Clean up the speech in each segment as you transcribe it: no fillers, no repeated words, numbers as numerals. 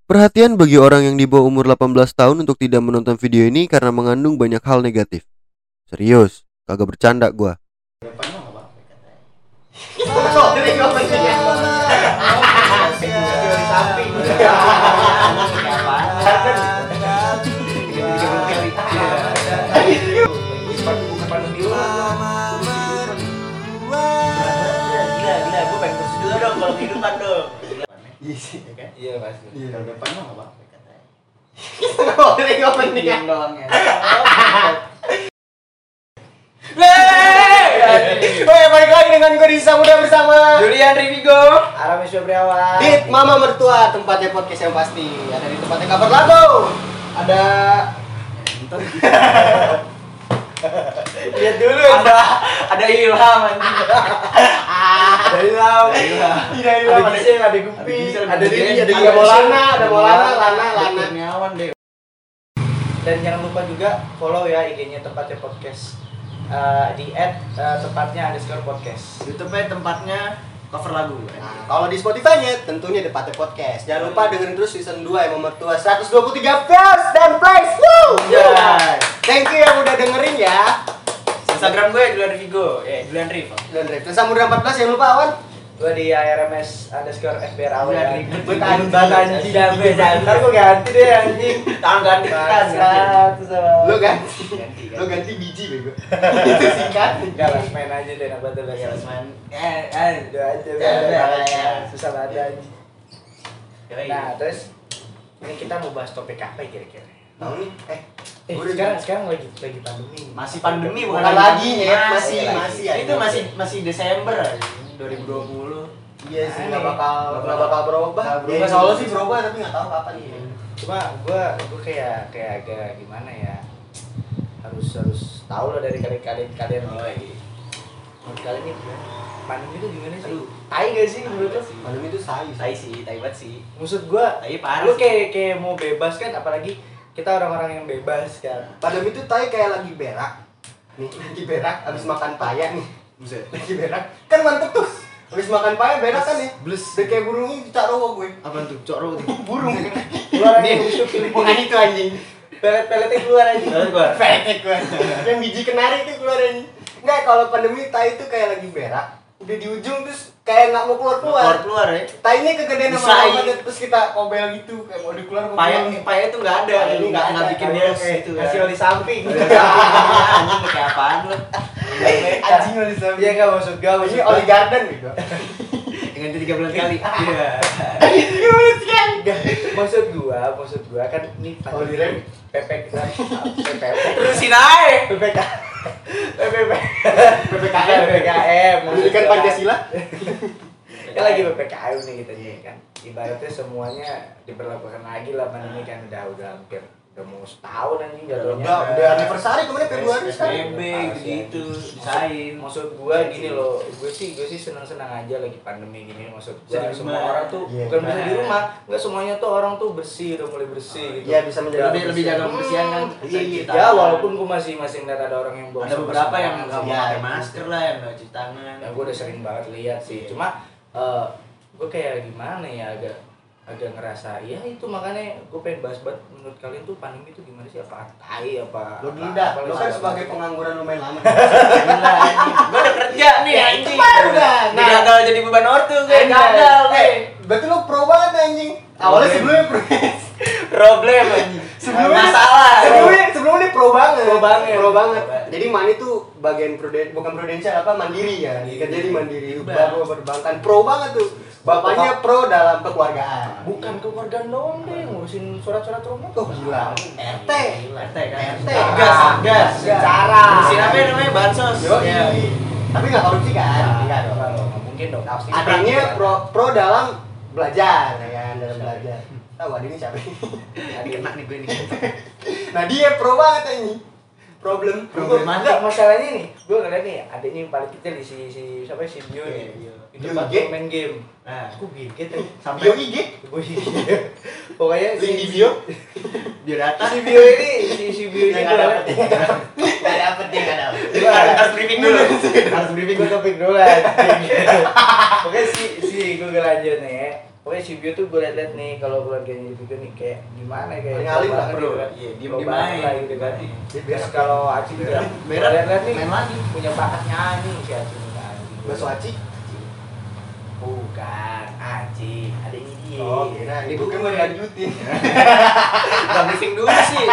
Perhatian bagi orang yang di bawah umur 18 tahun untuk tidak menonton video ini karena mengandung banyak hal negatif. Serius, kagak bercanda gua. Gila, gue pengen kursus dulu dong kalau kehidupan dong. Iya sih, ya kan? Iya pasti. Iya, tahun depan mah enggak apa-apa katanya. Boleh opening Diam doang ya. Woi, balik lagi dengan gue di Samudra bersama Julian Rivigo, Aramis Febriawan. Dit Mama Mertua, tempatnya podcast yang pasti. Ada di tempatnya kabar lagu. Ada Lihat dulu ada Ilham anjing. Ada Ilham. Ada Gisel, ada Gupi, ada Riri, ada Maulana, Lana. Kurniawan deh. Dan jangan lupa juga follow ya IG-nya tempatnya podcast di @tempatnya_podcast. YouTube-nya tempatnya cover lagu. Nah, kalau di Spotify-nya tentunya tempatnya podcast. Jangan lupa dengerin terus season 2 yang Mertua 123 views dan plays. Woo! Anjay. Thank you yang udah dengerin ya. Instagram gue Julian Rivigo, Julian Riv. Dan Rev. Samudra 14 jangan lupa awan. Gue di @RMS_FBR Iya, awal. ribet Bukan banget, anjing dah gue. Ntar gue ganti deh anjing. Tangan ganti Lo ganti. Ganti. Lo ganti biji bego. Itu singkat. Enggak lah, main aja deh enak banget lah. main. Udah aja. Susah banget anjing. Nah, terus ini kita mau bahas topik apa ya kira-kira? Tahu nih? Sekarang lagi pandemi. Masih pandemi Bukan bukan lagi ya, masih. masih. Itu masih Desember 2020. Iya sih, nggak Aneh. bakal berubah. Nggak Ya, berubah insya Allah sih. sih berubah tapi nggak tahu kapan nih. Cuma gue kayak agak gimana ya, harus tahu lah dari kalian Oh, iya. menurut kalian nih pandemi itu gimana sih? Aduh. Tai gak sih menurut lo? Pandemi itu Tai banget sih. Maksud gue Tai parah. lu sih. kayak mau bebas kan, apalagi kita orang-orang yang bebas kan. Pandemi itu tai kayak lagi berak. Nih, lagi berak abis makan paya nih. Buset. Lagi berak. Kan mantep tuh. Abis makan paya berak kan ya. Blus. Udah kayak burung ini tak rowo gue. Apaan tuh? Cokro tuh. Burung. Keluar aja Nih, busuk bukan itu anjing. peletnya keluar aja. Keluar. Fetek gue. Yang biji kenari itu keluar anjing. Enggak, kalau pandemi tai itu kayak lagi berak. Udah di ujung terus kayak nggak mau keluar. Ya. Tainya kegedean Bisa, sama iya. terus kita kobel gitu kayak mau dikeluar Paya itu enggak ada. Paya ini nggak ada, bikin kayak bos gitu kan. Hasil di samping. Anjing kayak apaan lu? anjing oli sama. Iya enggak maksud gue, Ini oli garden gitu. Ganti 3 bulan kali. Iya. maksud gua kan ini Oh, di rem. Terusin aja. PPKM. Pendidikan Pancasila. Kan lagi PPKM nih kita nih kan. Ibaratnya semuanya diberlakukan lagi lah pandemi kan, udah hampir udah mau setahun anjing jatuhnya. Udah anniversary kemarin Februari sekarang. PSBB gitu, disain. Maksud gua gini loh, gue sih senang-senang aja lagi pandemi gini. Maksud gua Bisa di semua rumah. orang tuh Iya, bukan benar. bisa di rumah, nggak semuanya tuh orang tuh bersih, udah mulai bersih gitu. Iya, bisa menjaga Lebih jaga kebersihan kan. Iya. Ya walaupun gua masih ngeliat ada orang yang buang Ada sampah beberapa yang sembarangan nggak sih. mau Ya, pakai itu. masker lah, yang nggak cuci tangan. Ya gue udah sering banget lihat sih. Cuma gue kayak gimana ya, agak ngerasa ya itu, makanya gue pengen bahas banget menurut kalian tuh pandemi itu gimana sih, apa tai apa Lo apa- gila, apa lo kan sebagai pengangguran lumayan lama. Gila anjing. Gua udah kerja nih Ya, itu anjing. baru dah. Nah, gagal jadi beban ortu gue. Gagal, Berarti lo pro banget anjing. Awalnya sebelumnya pro. Problem anjing. Sebelumnya Masalah. sebelumnya pro banget. Pro banget. Pro banget. Jadi Mani tuh bagian bukan prudensial apa mandiri ya. Kerja di mandiri. Baru perbankan pro banget tuh. Bapaknya pro dalam kekeluargaan. bukan keluarga doang deh, ngurusin surat-surat rumah Oh gila. RT. RT kan. RT. Gas. Cara. Ngurusin apa ya namanya? Bansos. Yoi. Ya. Tapi nggak korupsi kan? Enggak dong. Nggak mungkin dong. Adanya pro dalam belajar ya kan, dalam belajar. Tahu adanya siapa? Kena nih gue nih. Nah dia pro banget ini. Enggak, masalahnya nih, gue ngeliat nih adiknya yang paling kecil di si siapa si Bio nih. Itu Bio pas IG? main game. Nah, Aku biget ya. Bio IG. Gue pokoknya Link di bio. dia data. si Bio ini si Bio ini Nggak dapet. Nggak dapet dia nggak dapet. Harus briefing dulu. harus briefing gue topik dulu lah. Pokoknya si gue lanjut nih. Pokoknya si Bio tuh gue liat nih kalau keluarganya Bio nih kayak gimana kayak Paling alim lah, banget bro. gitu kan. Iya, Low diem banget aja. lah gitu kan. Terus kalau Aci juga Berat, liat nih main lagi. punya bakat nyanyi si Aci nih nyanyi. Bakso aci. Bukan Aci, ada ini dia. Oh, kira ini bukan mau lanjutin. Udah briefing dulu sih.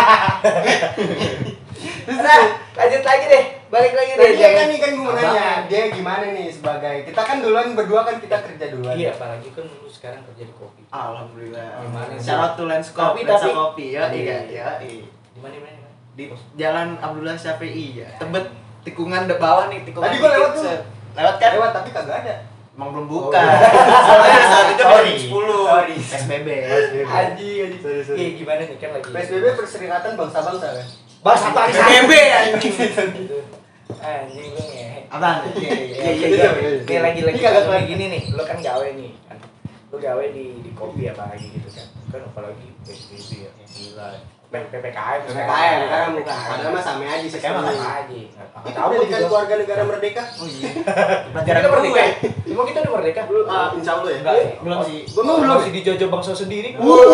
Nah, lanjut lagi deh. Balik lagi Nah, deh. dia kan nih kan gue mau Abang. nanya, dia gimana nih sebagai kita kan duluan berdua kan kita kerja duluan. Iya, apalagi kan lu sekarang kerja di kopi. Alhamdulillah. Gimana sih? Shout out to Lens Kopi, Lensa tapi- Kopi ya. Iya. Iya. Di mana di mana? Di Jalan Abdullah Syafi'i ya. Tebet tikungan de bawah nih, tikungan. Tadi gua lewat dikit, tuh. set. Lewat kan? Lewat tapi kagak ada. Emang belum buka. Soalnya saat itu Sorry. 2010. Sorry. SBB. Aji. Sorry, sorry. Iya, gimana nih kan lagi. PSBB perserikatan bangsa-bangsa kan. Bahas apa lagi? PSBB anjing. Gitu. Anjing lu ngehe. Apaan? Iya. iya. Nih lagi-lagi Ini kagak kayak gini nih, lo kan gawe nih kan. Lo gawe di kopi apa lagi gitu kan. Kan apalagi PSBB ya, gila. PPKM PPKM sekarang bukan. Padahal mah sama aja PPKM sistemnya. sama aja. Itu pendidikan keluarga negara merdeka. Oh iya. Kita Pelajaran udah merdeka. gue. Emang kita udah merdeka? Insya Allah ya. Enggak ya? Belum sih. Gua mau belum. Masih dijajah bangsa sendiri.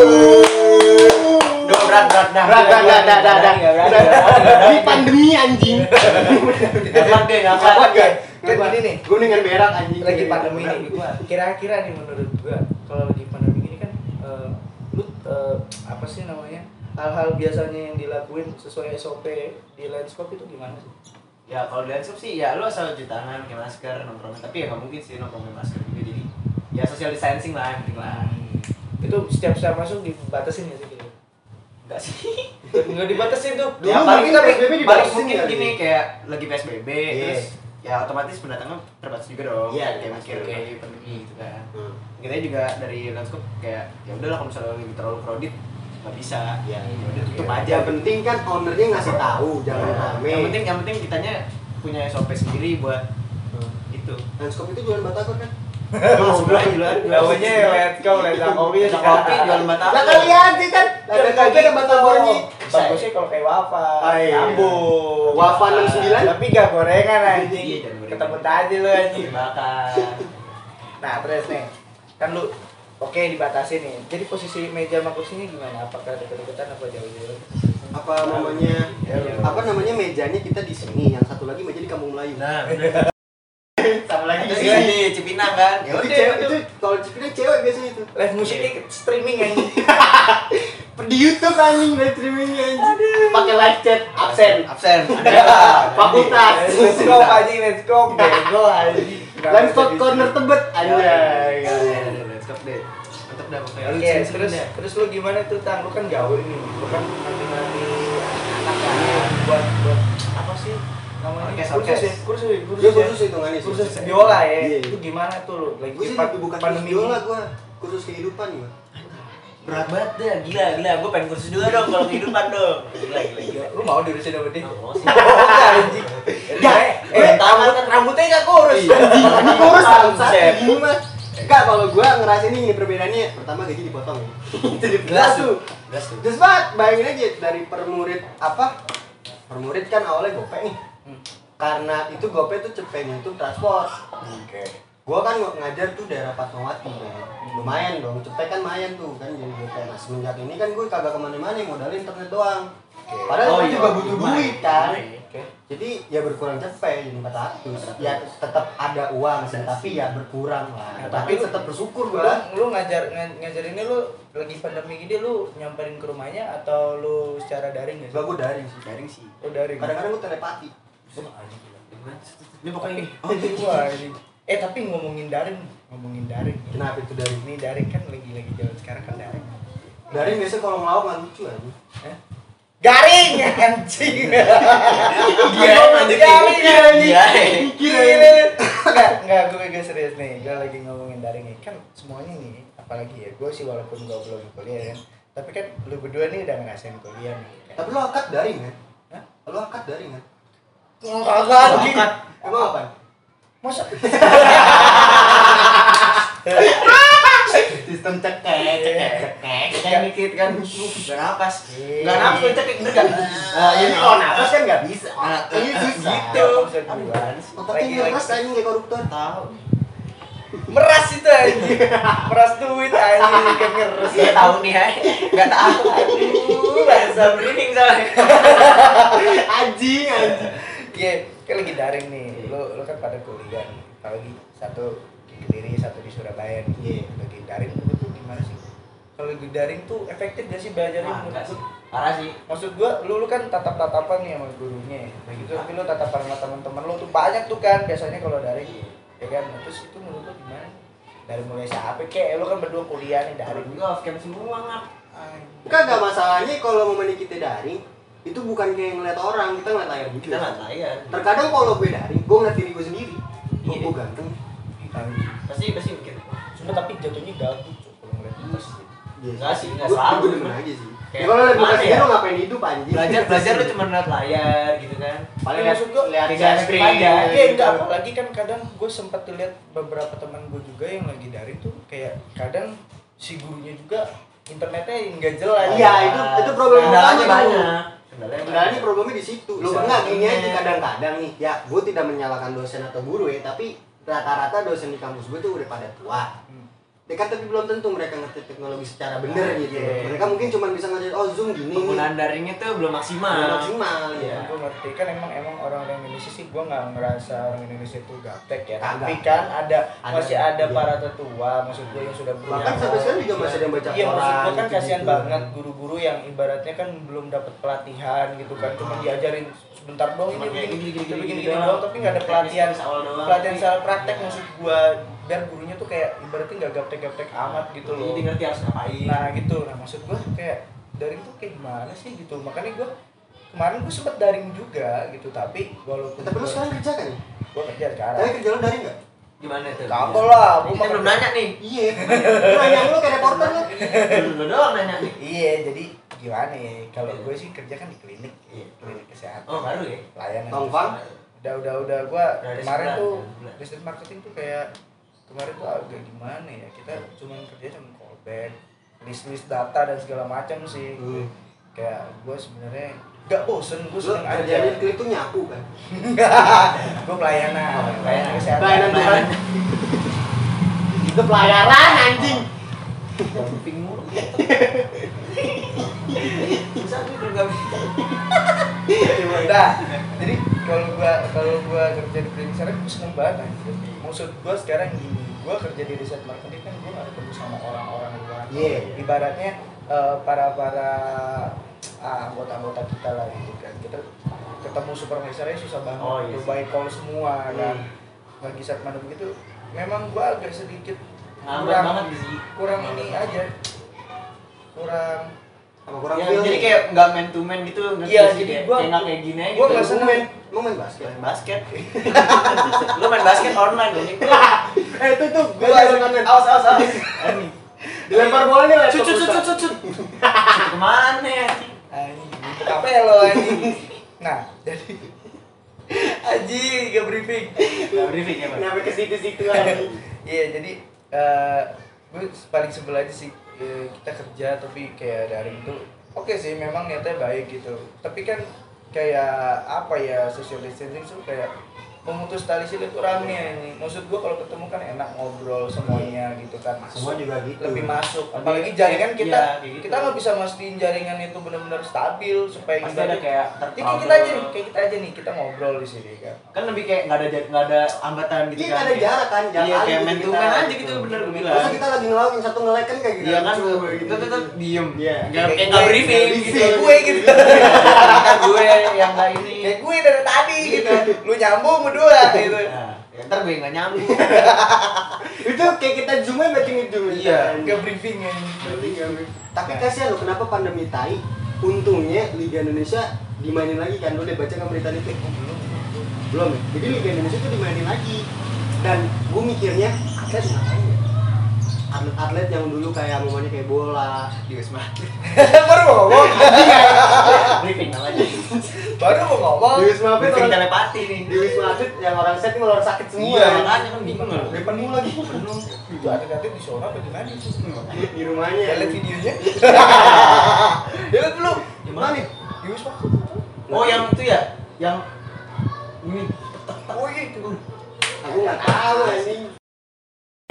Duh, berat. Ini pandemi anjing. Ngakak deh, ngakak. Kan gini nih. Gue dengan berak anjing. Lagi pandemi nih. Kira-kira nih menurut gua kalau lagi pandemi gini kan lu apa sih namanya? Hal-hal biasanya yang dilakuin sesuai SOP di Lenskop itu gimana sih? Ya kalau di Lenskop sih ya lu asal cuci tangan, pakai masker, nongkrong. Tapi ya nggak mungkin sih nongkrong pakai masker juga, jadi ya social distancing lah, yang penting lah. Itu setiap masuk dibatasin ya sih gitu? Enggak sih. Nggak dibatasin tuh. Dulu Ya mungkin paling PSBB paling dibatasin mungkin ya, gini gitu. kayak lagi PSBB Iya. terus ya otomatis pendatangnya terbatas juga dong. Iya, kayak pasti. mikir kayak pandemi gitu kan. Kita juga dari Lenskop kayak ya udahlah kalau misalnya lagi terlalu crowded nggak bisa. Iya. Ya udah tutup Yang aja. penting kan ownernya ngasih tahu, jangan rame. Yang penting kitanya punya SOP sendiri buat itu. Lenskop itu jualan batagor kan? Namanya Lenskop, Lenskopi, Kopi jual batagor. Lah kalian sih kan, ada kagak ada batagornya. Bagusnya kalau kayak wafa, Iya. nyambung. Wafa 69. Tapi gak gorengan anjing. Iya, jangan gorengan. Ketemu aja lu anjing. Bakar. Nah terus nih, kan lu oke dibatasi nih. Jadi posisi meja sama kursinya gimana? Apakah deket-deketan apa jauh-jauh? Apa namanya? Iya. Apa namanya mejanya kita di sini, yang satu lagi meja di Kampung Melayu. Nah, Sama lagi ada di sih sini. di Cipinang kan. Ya udah, itu kalau Cipinang cewek biasanya itu. Live musiknya streaming anjing. Di YouTube anjing live streamingnya anjing. Pakai live chat absen. Absen. Ada Fakultas. Let's go anjing, let's go. Bego anjing. Live spot corner Tebet anjay. Lenskop deh. Mantap dah pokoknya. Oke, terus lu gimana tuh Tang? Lu kan gawe nih. Lu kan nanti anak kan buat apa sih namanya? Orkes. Kursus Dia kursus hitungannya sih. kursus biola ya. Iya. Itu gimana tuh lu? Lagi Gue sih bukan kursus pandemi biola ini. gue, kursus kehidupan gue. Berat banget dah, gila. Gue pengen kursus juga dong kalau kehidupan dong. Gila. Lu mau diurusin sama dia? Mau sih. Enggak anjing. Rambutnya enggak kurus. Ini kurus bangsat Buset. ini mah. Enggak, kalau gue ngerasain ini perbedaannya, pertama gaji dipotong ya. Itu di Gas tuh. Gas tuh. Terus banget, bayangin aja dari permurid apa? Permurid kan awalnya gope nih. Karena itu gope tuh cepetnya itu transport. Oke. Gua kan ngajar tuh daerah Fatmawati kan. Lumayan dong, cepet kan lumayan tuh kan jadi gope. Nah semenjak ini kan gue kagak kemana-mana, modalin internet doang. Padahal Oh, gue iya, juga butuh lumayan. duit kan. Oke. Jadi ya berkurang cepet jadi 400. Ya tetap ada uang sih, tapi ya berkurang lah. Ya, Tapi tapi tetap bersyukur gua. Lu ngajar ini lu lagi pandemi gini lu nyamperin ke rumahnya atau lu secara daring ya? Gak gue daring sih. Daring sih. Oh daring. Kadang-kadang gue telepati. Ini pokoknya nih. Oh gua ini. Tapi ngomongin daring. Kenapa itu daring? Ini daring kan lagi jalan sekarang kan daring. Daring biasanya kalau ngelawak nggak lucu aja. Garing anjing. Anjing. Garing anjing. Iya. Enggak, gue serius nih. Gue lagi ngomongin daring nih. Kan semuanya nih, apalagi ya, gue sih walaupun gue belum kuliah kan, tapi kan lu berdua nih udah ngerasain kuliah nih. Kan? Tapi lo akad daring kan? Hah? Lo akad daring kan? Kagak anjing. Emang apa? Masa? Sistem cekek. Kayak dikit kan. Gak napas. Iya. Gak napas lu cekik bener kan? Ini kalau nafas kan nggak bisa. Nah, Ini susah. Gitu. Maksud gua. Otaknya ngeres aja kayak koruptor. Tahu. Meras itu anjing. Meras duit anjing kan ngeres. Iya tahu nih ya. Enggak tahu. Aduh, bahasa merinding soalnya. Anjing. Iya, kan lagi daring nih. Lo kan pada kuliah nih. Apalagi satu di Kediri, satu di Surabaya nih. Iya. Lagi daring menurut lu gimana sih? Kalau lagi daring tuh efektif gak sih belajarnya Enggak menurut sih. lu? Parah sih. Maksud gua, lu kan tatap-tatapan nih sama gurunya, nah gitu. Tapi lu tatapan sama teman-teman lu tuh banyak tuh kan biasanya kalau daring, ya kan. Nah, terus itu menurut lu gimana? Dari mulai siapa? Kayak lu kan berdua kuliah nih Daring daring. juga off cam semua ngap. Kagak masalahnya kalau momen kita daring itu bukan kayak ngeliat orang, kita ngeliat layar gitu. Kita enggak layar. Terkadang kalau gue daring, gue ngeliat diri gue sendiri. Oh, Iya. gue ganteng. Pasti mikir. Cuma tapi jatuhnya gabut cuy kalau ngeliat pas. Enggak sih, enggak Gue selalu. demen aja sih. Kayak Ya, kalau liat muka mana sendiri ya? lo ngapain hidup anjing? Belajar lu cuma lihat layar gitu kan. Paling Ya, maksud gua, lihat lihat screen aja. Iya enggak, apalagi kan kadang gue sempat lihat beberapa teman gue juga yang lagi daring tuh kayak kadang si gurunya juga internetnya nggak jelas. Iya, itu problem Kendalanya utama tuh. banyak. Sebenarnya problemnya di situ. Lo Bisa. enggak gini aja kadang-kadang nih. Ya, gue tidak menyalahkan dosen atau guru ya, tapi rata-rata dosen di kampus gue tuh udah pada tua. Dekat tapi belum tentu mereka ngerti teknologi secara bener gitu. Iya. Mereka mungkin cuma bisa ngerti oh Zoom gini nih. Penggunaan daringnya tuh belum maksimal. Belum maksimal ya. Gue ngerti kan emang orang-orang Indonesia sih gue nggak ngerasa orang Indonesia itu gaptek ya. Kagak. Tapi kan masih ada iya. para tetua, maksud gue yang sudah berusia. Bahkan sampai sekarang juga masih ada yang baca Iya, maksud gue kan gitu-gitu. kasihan banget guru-guru yang ibaratnya kan belum dapat pelatihan gitu kan, cuma diajarin sebentar doang Cuma ini kayak begini gini-gini doang, tapi nggak ada pelatihan Teknis awal doang. pelatihan secara praktek maksud gue, biar gurunya tuh kayak ibaratnya nggak gaptek-gaptek amat gitu loh. Jadi ngerti harus ngapain. Nah gitu, nah maksud gue kayak daring tuh kayak gimana sih gitu, makanya gue kemarin gue sempet daring juga gitu, tapi walaupun Tapi lu sekarang kerja kan? gue kerja sekarang. Tapi kerja lu daring nggak? Gimana tuh? Kagak lah, gue Kita belum nanya nih. Iya. Lu nanya lu kayak reporter lu. Lu doang nanya nih. Iya, jadi gimana ya? Kalau gue sih kerja kan di klinik, klinik kesehatan. Oh, baru ya? Layanan. Tongfang? Udah gue Udah kemarin sebulan, tuh sebulan. riset marketing tuh kayak kemarin tuh agak gimana ya? Kita cuma kerja cuma callback, list data dan segala macam sih. Kayak gue sebenarnya gak bosen, gue Lu seneng aja. kerja di klik tuh nyapu kan? Gue pelayanan, pelayanan kesehatan. Pelayanan Tuhan. Itu pelayaran anjing. Jumping mulu. Bisa gue udah gak bisa. Nah, jadi kalau gua kerja di klinik sekarang gue seneng banget anjir. Maksud gua sekarang gini, gua kerja di riset marketing kan gua nggak ketemu sama orang-orang luar. Iya. Ibaratnya para anggota-anggota kita lah gitu kan. Kita ketemu supervisornya susah banget. Oh, iya sih. By call semua kan. Lagi saat pandemi itu memang gua agak sedikit Ngambat banget sih. kurang ini aja. Kurang Sama kurang Ya, feel jadi nih. kayak nggak man to man gitu ngerti Iya, sih, jadi kayak gua- nggak kayak gini aja gua gitu. nggak seneng. Lu main basket. Main basket. Lu main basket online anjing. Itu tuh Gua langsung Awas. Anjing. dilempar bolanya lah. Cut. Kemana ya? anjing apa ya lo anjing. Nah, jadi anjing gak briefing. Nggak briefing ya, Bang? Nyampe ke situ-situ aja. Iya, jadi gue paling sebel aja sih kita kerja tapi kayak daring tuh oke sih, memang niatnya baik gitu, tapi kan kayak apa ya, social distancing tuh kayak memutus tali silaturahmi ini. Maksud gua kalau ketemu kan enak ngobrol semuanya gitu kan, Semua juga gitu. lebih masuk. Tapi Apalagi jaringan iya, kita kayak gitu. kita nggak bisa mastiin jaringan itu benar-benar stabil supaya Pasti kita ada kayak ya, kayak kita aja nih, kayak kita aja nih, kita ngobrol di sini kan. Kan lebih kayak nggak ada hambatan gitu Iya, kan. ada jarak kan, jarak Iya, aja kayak gitu man to kita, man aja gitu. gitu, bener gue bilang. Masa kita lagi ngelawak, yang satu nge-like kan kayak gitu. Iya kan, Coba kita tetap diem. Iya. Kayak nggak briefing gitu. Kayak gue gitu. Kan gue yang nggak ini. Kayak gue dari tadi gitu. Lu nyambung berdua gitu. Nah, ya ntar gue nggak nyambung. Itu kayak kita zoom-nya matching itu. Iya. Enggak briefing ya. Tapi kasihan loh, kenapa pandemi tai? Untungnya Liga Indonesia dimainin lagi kan, lu udah baca nggak berita itu? Belum ya? Jadi Liga Indonesia itu dimainin lagi. Dan gue mikirnya, atlet ngapain ya? Atlet-atlet yang dulu kayak momennya kayak bola Di Wisma. Baru mau ngomong. Briefing namanya. Baru mau ngomong. di Wisma Atlet, Briefing orang- telepati nih. di Wisma Atlet yang orang set ini orang sakit semua. Iya, makanya kan bingung loh. Udah penuh lagi. Penuh. Itu ada-ada di sana apa di mana itu? Di rumahnya. Ya, lihat videonya. Ya, lihat belum? Gimana nih? Di Wisma. Oh, yang itu ya? Yang ini. Oh iya itu. Aku nggak tahu anjing.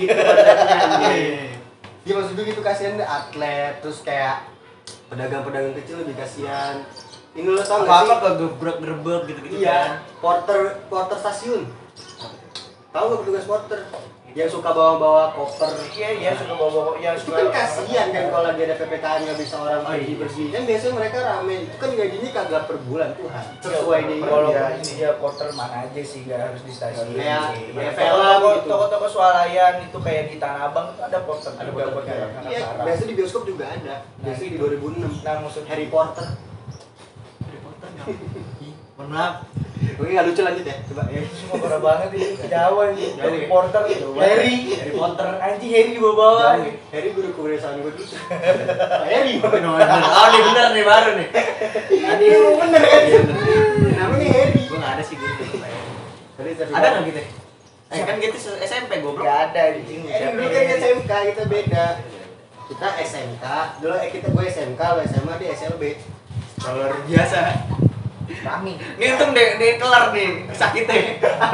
kayak pedagang-pedagang kecil lebih kasihan. Ini lo tau nggak sih? Apa kegebrak-gerbek gitu-gitu Iya, kan. porter stasiun. Tahu nggak petugas porter? Yang suka bawa-bawa koper. Iya suka bawa ya Itu suka kan kasihan kan kalau lagi ada PPKM nggak bisa orang pergi bersih. Kan biasanya mereka rame. Itu kan gajinya kagak per bulan Tuhan. Sesuai di kalau ini dia porter mana aja sih nggak harus di stasiun Kayak sih. kayak Toko- film toko- gitu. toko-toko swalayan itu kayak di Tanah Abang itu ada porter Ada juga porter buat juga. anak-anak Iya, sarang. biasanya di bioskop juga ada. Biasanya di 2006. Nah maksud Harry Potter. Harry Potter nggak? Ih, mohon maaf. Oke, nggak lucu lanjut ya. Coba. itu semua parah banget ini Jawa ini Jauh ya? porter Harry Potter anjing Harry di bawah Jauh. Harry guru kebiasaan gue dulu. Harry. Oh, ini bener nih baru nih. Tadi bener kan? Namanya Harry. Gue nggak ada sih gitu. Harry tapi Ada nggak gitu? Kan gitu SMP goblok. nggak ada anjing Dulu kan SMK kita beda. Kita SMK, dulu gue SMK, lo SMA di SLB. Luar biasa. kami Ngitung deh kelar nih sakitnya.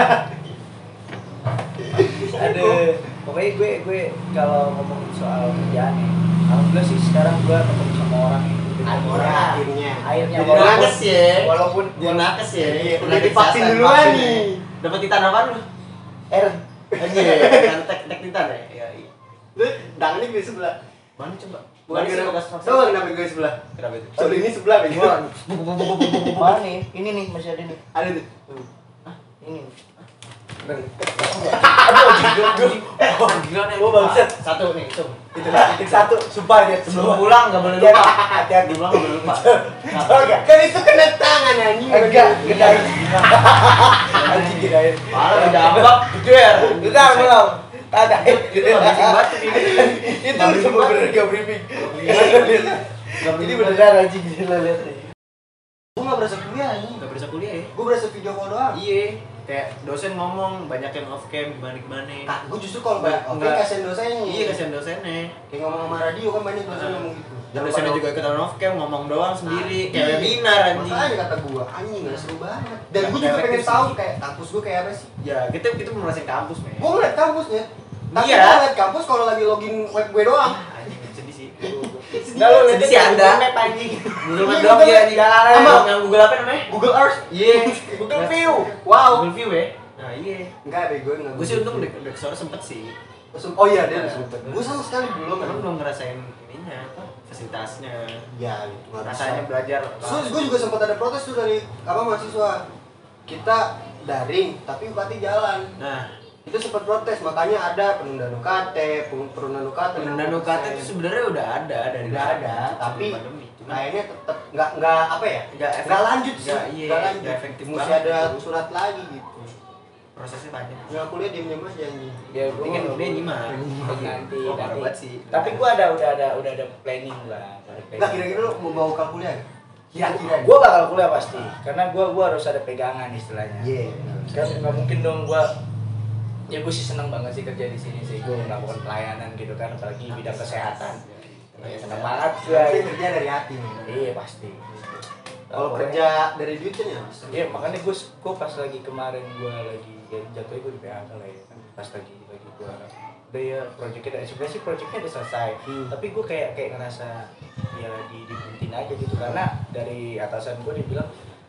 Aduh, pokoknya gue kalau ngomongin soal kerjaan nih, alhamdulillah sih sekarang gue ketemu sama orang yang lebih Akhirnya. akhirnya Jadi nakes ya. walaupun Dia nakes ya. Udah divaksin duluan nih. Dapat titan apaan lu? R Anjir, kan tek titan ya? Iya. Lu dangnya di sebelah. Mana coba? Bukan Mana sih gara-gara. bekas vaksin? Tahu nggak kenapa gue di sebelah? Kenapa itu? Soalnya ini sebelah kayak gitu. mana nih? Ini nih masih ada nih. Ada tuh. Ini. Aduh, anjing. Oh, gila nih. Gua bangsat. Satu nih, cum. Itu satu, sumpah dia. Sebelum pulang nggak boleh Ya, lupa. hati-hati. Pulang nggak boleh lupa. Enggak. Kan itu kena tangan anjing. Enggak, gedain. Anjing gedain. Malah dijambak, jujur. Enggak, belum. Ada. Itu nggak bisa batu ini. Itu semua bener gak briefing. Ini beneran anjing gila lihat nih. Gue nggak berasa kuliah anjing. Nggak berasa kuliah ya? Gue berasa video call doang. Iya. Kayak dosen ngomong banyak yang off cam gimana. Kak, gue justru kalau banyak oke Enggak. kasihan dosennya. Iya kasihan dosennya. Kayak ngomong sama radio kan banyak dosen ngomong gitu. Dan dosennya juga ikutan off cam ngomong doang sendiri. Kayak webinar anjing. Makanya kata gue, anjing nggak seru banget. Dan Nggak gue juga efektif pengen tahu sih. kayak kampus gue kayak apa sih. Ya, kita belum ngerasain kampus, men. Gue ngeliat kampusnya. Tapi Iya. gue ngeliat kampus kalau lagi login web gue doang. Anjing sedih sih. Nah, lu Sedih sih Anda. Map anjing. Google Map Iya, doang Google dia Map. anjing. Sama. Yang Google apa namanya? Google Earth. Iya. Google View. Wow. Google View ya. Nah, iya. Enggak deh, gue nggak. Gue sih untung dek sore sempet sih. Oh iya, dia Iya. sempet. Gue sama sekali belum. Emang belum ngerasain ininya apa? Fasilitasnya. Ya, itu nggak bisa. Rasanya belajar. Terus gue juga sempat ada protes tuh dari mahasiswa. Kita daring, tapi UKT jalan. Nah, Itu sempat protes, makanya ada penundaan UKT, penundaan UKT. penundaan UKT itu sebenarnya udah ada dari Udah ada, tapi pandemi. Cuman kayaknya tetap nggak apa ya? Nggak lanjut sih. Nggak, iya, Nggak lanjut. nggak efektif Mesti banget ada gitu. surat lagi gitu. prosesnya banyak. Ya kuliah diem-diem aja anjing. Ya Ini kan dia nyimak. nanti Oh, parah banget sih. Tapi gua udah ada planning lah. Enggak kira-kira lu mau bawa kalkuliah nggak? Kira-kira. Gua bakal kuliah pasti, karena gua harus ada pegangan istilahnya. Iya. Kan nggak mungkin dong gua ya gue sih seneng banget sih kerja di sini sih, gue melakukan pelayanan gitu kan, apalagi bidang kesehatan. Ya, seneng banget gue. Berarti kerja dari hati nih. Iya pasti. Kalau Pokoknya- kerja dari duit kan ya. Iya makanya gue pas lagi kemarin gue lagi ya, jatuhnya gue di PHK lah ya kan, pas lagi gue udah ya proyeknya sebenarnya sih proyeknya udah selesai, tapi gue kayak ngerasa ya diberhentiin aja gitu karena dari atasan gue dibilang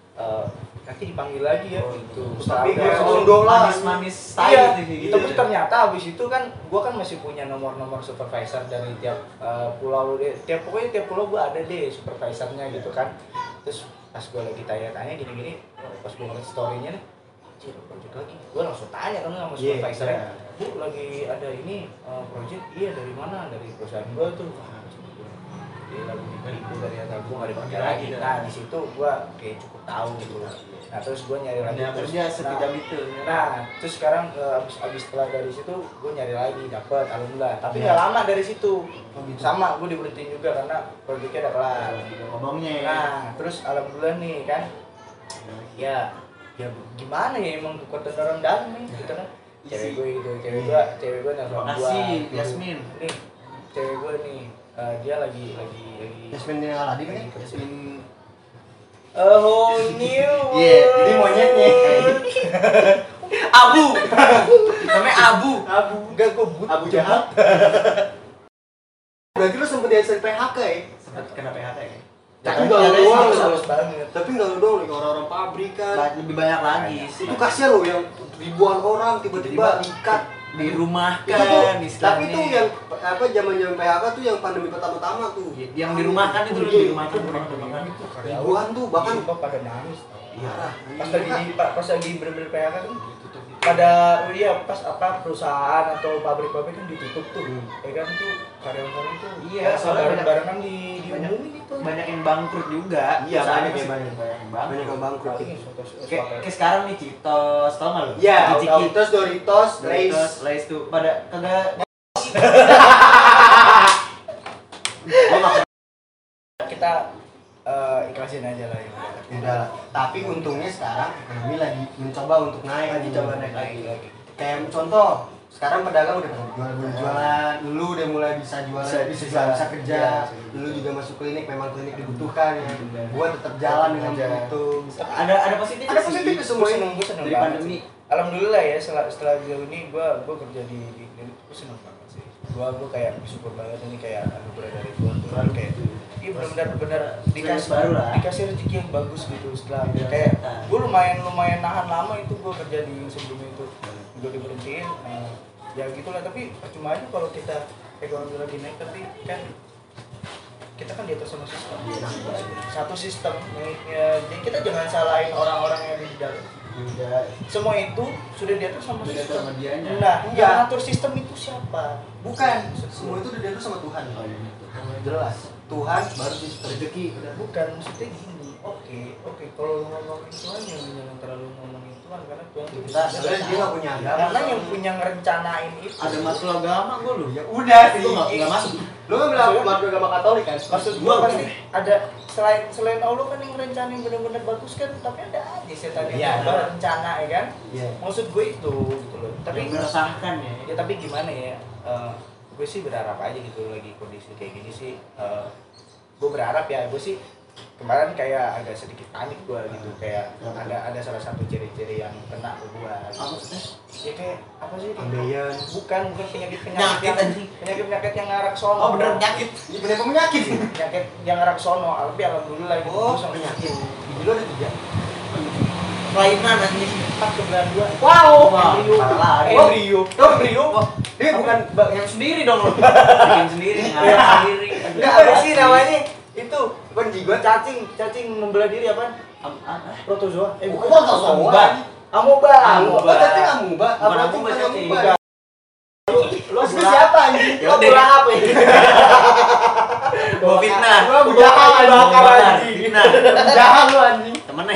nanti dipanggil lagi ya gitu. Tapi gue Setelah- langsung dolar. Manis-manis Iya, gitu. tapi ternyata abis itu kan gue kan masih punya nomor-nomor supervisor dari tiap pulau deh. Pokoknya tiap pulau gue ada deh supervisornya gitu kan. Terus pas gue lagi tanya-tanya gini-gini, pas gue ngeliat story-nya nih, anjir project lagi. Gue langsung tanya kan sama supervisornya, Bu lagi ada ini project, iya dari mana? Dari perusahaan gue tuh. Wah, dia lagi ditipu dari atas gue nggak dipakai lagi. Nah di situ gue kayak cukup tahu gitu. Nah terus gue nyari lagi. kerja sekejam itu. Nah, terus sekarang abis setelah dari situ gue nyari lagi dapet alhamdulillah. Tapi nggak lama dari situ. Sama gue diberhentiin juga karena proyeknya udah kelar. Ngomongnya. Nah, terus alhamdulillah nih kan. Ya gimana ya emang kekuatan orang dalam nih gitu kan. Cewek gue gitu, cewek gue nelfon gue. Makasih Yasmin. Nih, cewek gue nih dia lagi Yasmin yang Aladi kan? Yasmin. a whole new world. Iya, ini monyetnya. Abu. Namanya Abu. Enggak gue Abu jahat. Berarti lu sempet dihajar PHK ya? kena PHK ya. Tapi nggak lu doang, Halus banget. tapi nggak lu doang, kayak orang-orang pabrik kan. Lebih banyak lagi sih. Itu kasihan loh yang ribuan orang tiba-tiba dikat di rumah itu tuh, kan tapi itu yang apa zaman-zaman PHK tuh yang pandemi pertama-tama tuh. yang di rumah kan itu Iya, di rumah kan ribuan tuh bahkan Sumpah pada nangis. iya. Pas lagi bener-bener PHK kan pada pas apa perusahaan atau pabrik-pabrik kan ditutup tuh, ya kan tuh karyawan-karyawan tuh Iya, soalnya bareng-barengan diumumin itu. banyak yang bangkrut juga. Iya, Perusahaan banyak masih yang banyak yang bangkrut. Banyak yang bangkrut. Kayak sekarang nih Citos, tau nggak lu? Iya, Ciki, Doritos, Doritos, Lays. Doritos, Lays tuh pada kagak. Kita ikhlasin aja lah ya. Udah lah. Tapi untungnya sekarang ekonomi lagi mencoba untuk naik. Lagi coba naik lagi. Kayak contoh, sekarang pedagang udah pada jualan, lu udah mulai bisa jualan, bisa kerja, lu juga masuk klinik, memang klinik dibutuhkan ya. Gua tetap jalan dengan itu. Ada positif. Ada positif ke semua ini. Gue seneng Dari banget pandemi. sih. Alhamdulillah ya setelah jauh ini gue kerja di klinik, gue seneng banget sih. Gue kayak bersyukur banget ini kayak anugerah dari Tuhan tuh kayak ini benar-benar dikasih rezeki yang bagus gitu setelah kayak gue lumayan nahan lama itu gue kerja di sebelumnya itu gue diberhentiin ya gitulah, tapi percuma aja kalau kita ekonomi lagi naik tapi kan kita kan di atas sama sistem satu sistem ya, jadi kita jangan salahin orang-orang yang di dalam. Semua itu sudah diatur sama sistem. Nah, yang ngatur sistem itu siapa? Bukan, semua itu udah diatur sama Tuhan. Jelas. Tuhan baru rezeki. Bukan, maksudnya gini. Oke, kalau ngomongin Tuhan jangan terlalu ngomongin Tuhan karena Tuhan itu Kita sebenarnya dia nggak punya agama. karena yang punya ngerencanain itu. Ada masuk agama gue lu. Ya udah sih. Gue nggak masuk. Lu kan bilang masuk agama Katolik kan? Maksud gua pasti ada selain Allah kan yang ngerencanain benar-benar bagus kan, tapi ada aja setan yang berencana ya kan. Iya. Maksud gue itu gitu loh. Tapi meresahkan ya. ya tapi gimana ya? Gue sih berharap aja gitu lagi kondisi kayak gini sih. Gue berharap ya, gue sih kemarin kayak agak sedikit panik gue gitu, kayak ada salah satu ciri-ciri yang kena ke gue gitu. Ya kayak apa sih? Ambeien. Bukan penyakit Penyakit yang ngarah ke sono. Oh bener penyakit. Ini bener penyakit. Penyakit yang ngarah ke sono, tapi alhamdulillah gitu. Oh, Sama penyakit. Gigi lu ada 3. Kelainan anjing. 4 ke bulan 2. Wow. Embrio. Parah. Embrio. Embrio. Dia bukan Yang sendiri dong lo. Bikin sendiri, ngarang sendiri. Enggak ada sih namanya. Itu penjigot. cacing membelah diri apaan? Protozoa. Bukan protozoa. Amoeba. Amoeba. Cacing amoeba. Bukan Apa amoeba, bukan cacing. amoeba? Lo Maksudnya siapa anjing? Lo bola apa ini? Gua fitnah. Gua budakan anjing. Fitnah. Jahat lu anjing. Temennya.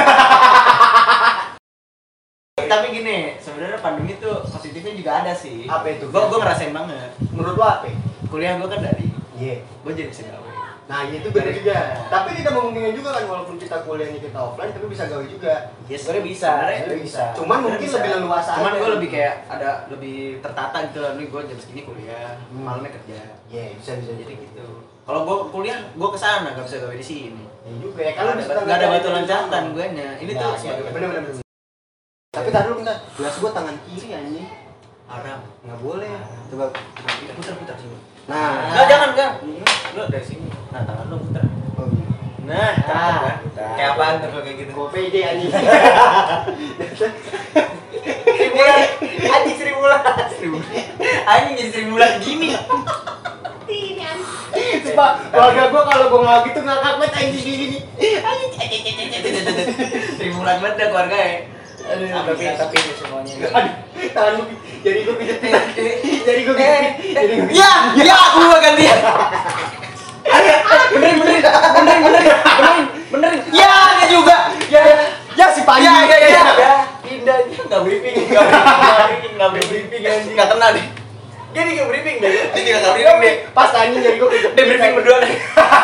Tapi gini, sebenarnya pandemi tuh positifnya juga ada sih. Apa itu? Gua ngerasain banget. Menurut lu apa? Kuliah gua kan dari, Iya. gua jadi bisa gawe. Nah, itu benar juga. Tapi tidak memungkinkan juga kan walaupun kita kuliahnya kita offline tapi bisa gawe juga. Yes, Sebenarnya bisa. sebenarnya Bisa. Cuman mungkin bisa. lebih leluasa Cuman aja. gue lebih kayak ada lebih tertata gitu lah. Nih gue jam segini kuliah, malamnya kerja. Iya, bisa Jadi gitu. Kalau gue kuliah, gue kesana gak bisa gawe di sini. Ya juga ya kalau bisa Gak ada batu loncatan gue nya. Ini tuh sebagai bener. Tapi tadi lu bentar, gelas gua tangan kiri anjing. haram. Enggak boleh. Coba Putar sini. Nah, Enggak jangan kan. Lo dari sini. Nah tangan lo putar. oh iya. Nah, cakep kan? putar. Kayak apaan tuh kayak gitu? Gua pede anjing. Anjing 1000 bulan. Anjing jadi 1000 bulan gini. Coba keluarga gua kalau gua ngomong gitu ngakak banget anjing gini. Anjing. 1000 bulan banget dah keluarga ya. Aduh, tapi ini semuanya. Aduh, tangan lu jadi gua pijetin. Jadi gua pijetin. Jadi gua Ya, gua gantian. Benerin. Ya, dia juga. ya si Panji. Ya. Pindah enggak briefing anjing. Enggak kena deh. Dia nih briefing deh. Dia juga enggak briefing deh. Pas tanya jadi gua pijetin. Dia briefing berdua deh.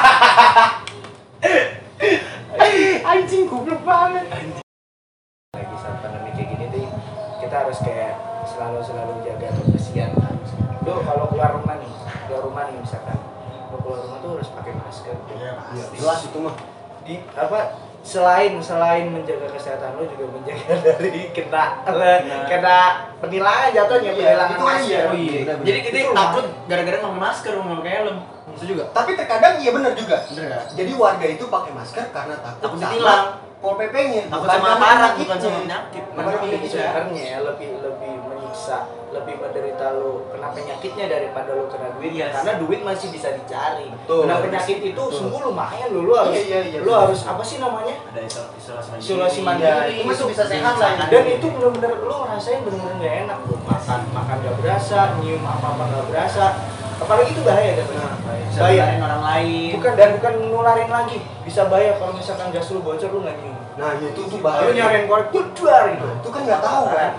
Anjing goblok banget. Lagi saat pandemi kayak gini tuh kita harus kayak selalu jaga kebersihan kan. Lo kalau keluar rumah nih misalkan lo keluar rumah tuh harus pakai masker. Jelas itu mah. Di apa selain menjaga kesehatan lo juga menjaga dari kena penilaian jatuhnya, penilaian itu masker. iya. Oh iya. Benar-benar. Jadi kita Itu takut gara-gara pakai masker mau pakai helm. Itu juga. Tapi terkadang iya benar juga. Bener enggak? Jadi warga itu pakai masker karena takut Takut sama ditilang. Pol PP-nya, Takut bukan sama karena aparat, penyakitnya. bukan sama penyakit. Bukan Tapi penyakitnya. sebenarnya lebih menyiksa, lebih menderita lo kena penyakitnya daripada lo kena duit. Yes. Karena duit masih bisa dicari. Betul. Kena penyakit itu Betul. sembuh lumayan lo harus Iya, lo betul. harus apa sih namanya? Ada isolasi mandiri. Isolasi mandiri. Iya, itu masih bisa sehat lah. Dan itu benar-benar lo ngerasain benar-benar nggak enak lo makan gak berasa, nyium apa gak berasa. Apalagi itu bahaya kan? Bisa nularin orang lain. Bukan nularin lagi. Bisa bahaya kalau misalkan gas lo bocor lo nggak nyium. Nah, itu tuh Lo bahaya. nyariin korek jedar gitu. Itu kan nggak tahu kan.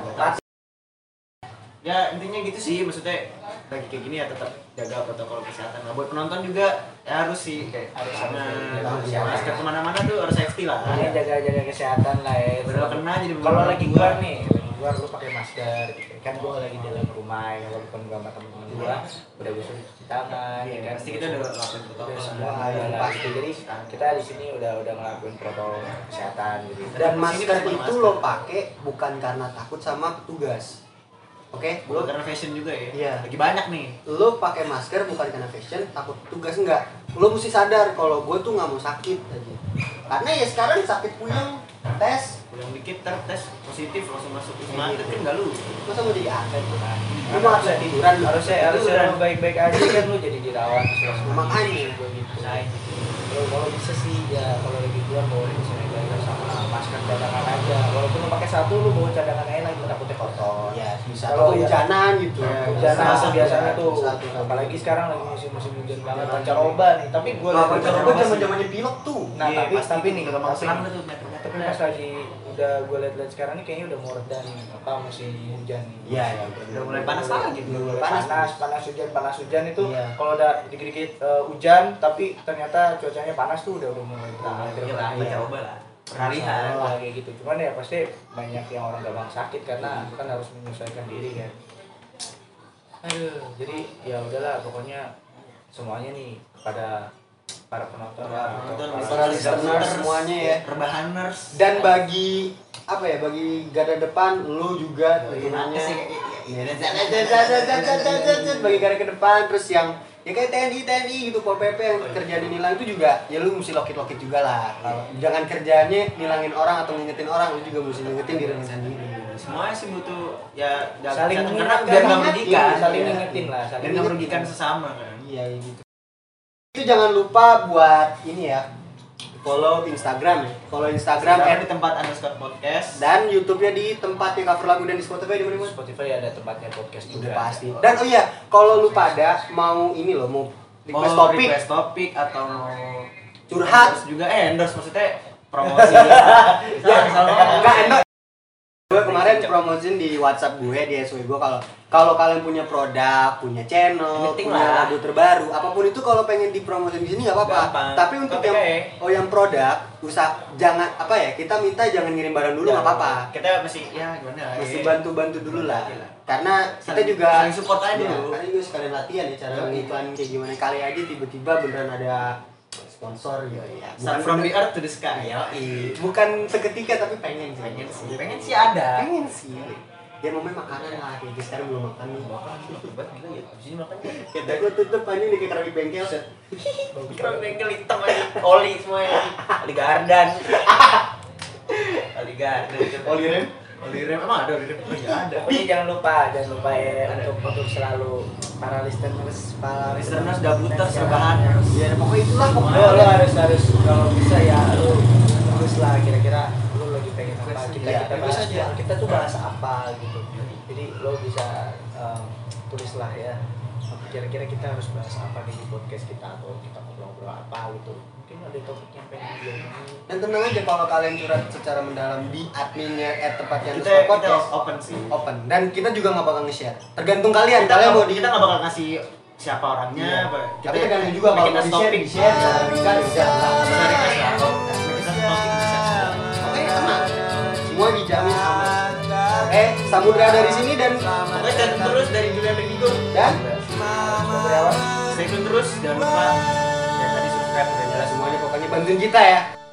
Ya intinya gitu sih, maksudnya lagi kayak gini ya tetap jaga protokol kesehatan. Nah buat penonton juga ya harus sih kayak Harus jaga kesehatan. masker kemana-mana tuh harus safety lah. Makanya jaga kesehatan lah ya. Bener kena jadi Kalau bener lagi gua. keluar nih, lagi keluar lu pakai masker gitu. Kan gua lagi di dalam rumah ya, walaupun gua sama temen-temen gua udah bisa cuci tangan ya kan. Pasti kita udah lakuin protokol. Udah semua Iya, udah lah. pasti. Jadi kita di sini udah ngelakuin protokol kesehatan gitu. Dan Di sini masker pakai itu masker. lo pakai bukan karena takut sama petugas. Oke, Bukan karena fashion juga ya. Iya. Lagi banyak nih. lo pakai masker bukan karena fashion, takut petugas enggak. Lo mesti sadar kalau gue tuh nggak mau sakit aja. Karena ya sekarang sakit puyeng, tes, Pulang dikit tes positif langsung masuk wisma atlet kan enggak lu. masa mau jadi atlet tuh kan? Lo Nah, mau atlet tiduran, harusnya Tiduran. lu baik-baik aja kan lu jadi dirawat terus. Makanya. gua gitu. Nah, Kalau bisa sih ya kalau lagi keluar bawa sanitizer sama masker cadangan aja. Walaupun lu pakai satu lu bawa cadangan aja lagi takutnya kotor. ya bisa. Kalau Kalau hujanan gitu. Ya, hujanan Bisa, biasanya bisa, tuh. bisa tuh. Apalagi sekarang lagi musim hujan banget pancaroba nih. Tapi gua Nah, lihat pancaroba zaman-zamannya pilek tuh. Nah, iya, tapi pasti nih udah gampang serang tuh tapi pas lagi udah gue lihat sekarang nih kayaknya udah mau reda nih apa musim hujan nih. Iya, ya. udah mulai panas lagi. Udah mulai Panas. panas hujan itu Iya. kalau udah dikit-dikit hujan tapi ternyata cuacanya panas tuh udah mulai berakhir Iya lah, coba lah. Peralihan. kayak gitu. Cuman ya pasti banyak yang orang gampang sakit karena kan harus menyesuaikan diri kan. Aduh, jadi ya udahlah pokoknya semuanya nih kepada para penonton Para atau penonton, para listener semuanya ya. Rebahaners. Dan bagi apa ya, bagi garda depan lu juga tentunya bagi garda ke depan, terus yang ya kayak TNI gitu, Pol PP yang kerja di nilang itu juga ya lu mesti lokit juga lah. Kalau jangan kerjanya nilangin orang atau ngingetin orang, lu juga mesti ngingetin diri lu sendiri. Semuanya sih butuh ya saling karena mengingatkan, biar nggak merugikan, saling iya. ngingetin lah, Biar saling nggak merugikan sesama kan. Iya gitu. Itu jangan lupa buat ini ya, follow Instagram ya. Follow Instagram Instagram di tempat _podcast. dan YouTube-nya di tempatnya cover lagu, dan di Spotify di mana? Spotify ada tempatnya podcast juga. Udah pasti. Dan oh iya, kalau lu pada mau ini loh, mau request Mau topik, request topik atau mau curhat. endorse juga endorse maksudnya promosi. Enggak enak. Gue kemarin promosiin di WhatsApp gue, di SW gue, kalau kalian punya produk, punya channel, Penting punya lah. lagu terbaru, apapun itu kalau pengen dipromosin di sini nggak apa-apa. Gampang. Tapi untuk yang produk, jangan apa ya, kita minta jangan ngirim barang dulu nggak apa-apa. Kita masih ya gimana? Mesti ya. bantu dulu lah. Iya. Karena kita Saling- juga saling support aja ya, dulu. karena juga sekalian latihan ya cara Iya. ngiklan kayak gimana. Kali aja tiba-tiba beneran ada sponsor ya. Start from the earth to the sky. Bukan seketika tapi pengen sih. Pengen sih ada. Pengen sih. Ya momennya makanan lah, kayak sekarang belum makan nih. Sini makan. Kita gue tutup aja nih kayak keramik bengkel. Bang bengkel hitam aja. Oli semuanya. Oli Gardan. Oli Gardan. Oli rem. Oli rem emang ada oli rem? Enggak ada. Pokoknya jangan lupa ya untuk selalu para listeners Dabuters, rebahaners. Ya pokoknya itulah lo pokoknya. harus kalau bisa ya lo tulis lah kira-kira lo lagi pengen apa, Iya, kita bahas tulis aja. kita tuh bahas apa gitu. Jadi lo bisa tulis lah ya kira-kira kita harus bahas apa nih di podcast kita atau kita ngobrol-ngobrol apa gitu. Mungkin ada topik yang pengen diomongin. Dan tenang aja kalau kalian curhat secara mendalam di adminnya tempatnya Kita podcast open sih. open, dan kita juga nggak bakal nge-share. Tergantung kalian mau di Kita nggak bakal ngasih siapa orangnya. Tapi tergantung juga kalau mau di-share bisa bisa. Bisa request lah. Kalau kita posting bisa. Oke, aman. Semua dijamin aman. Samudra dari sini dan Pokoknya stay tune terus dari Julian Bendigo. dan Ngobrol apa? Stay tune terus, jangan lupa ya tadi subscribe udah jelas. semuanya pokoknya bantuin kita ya.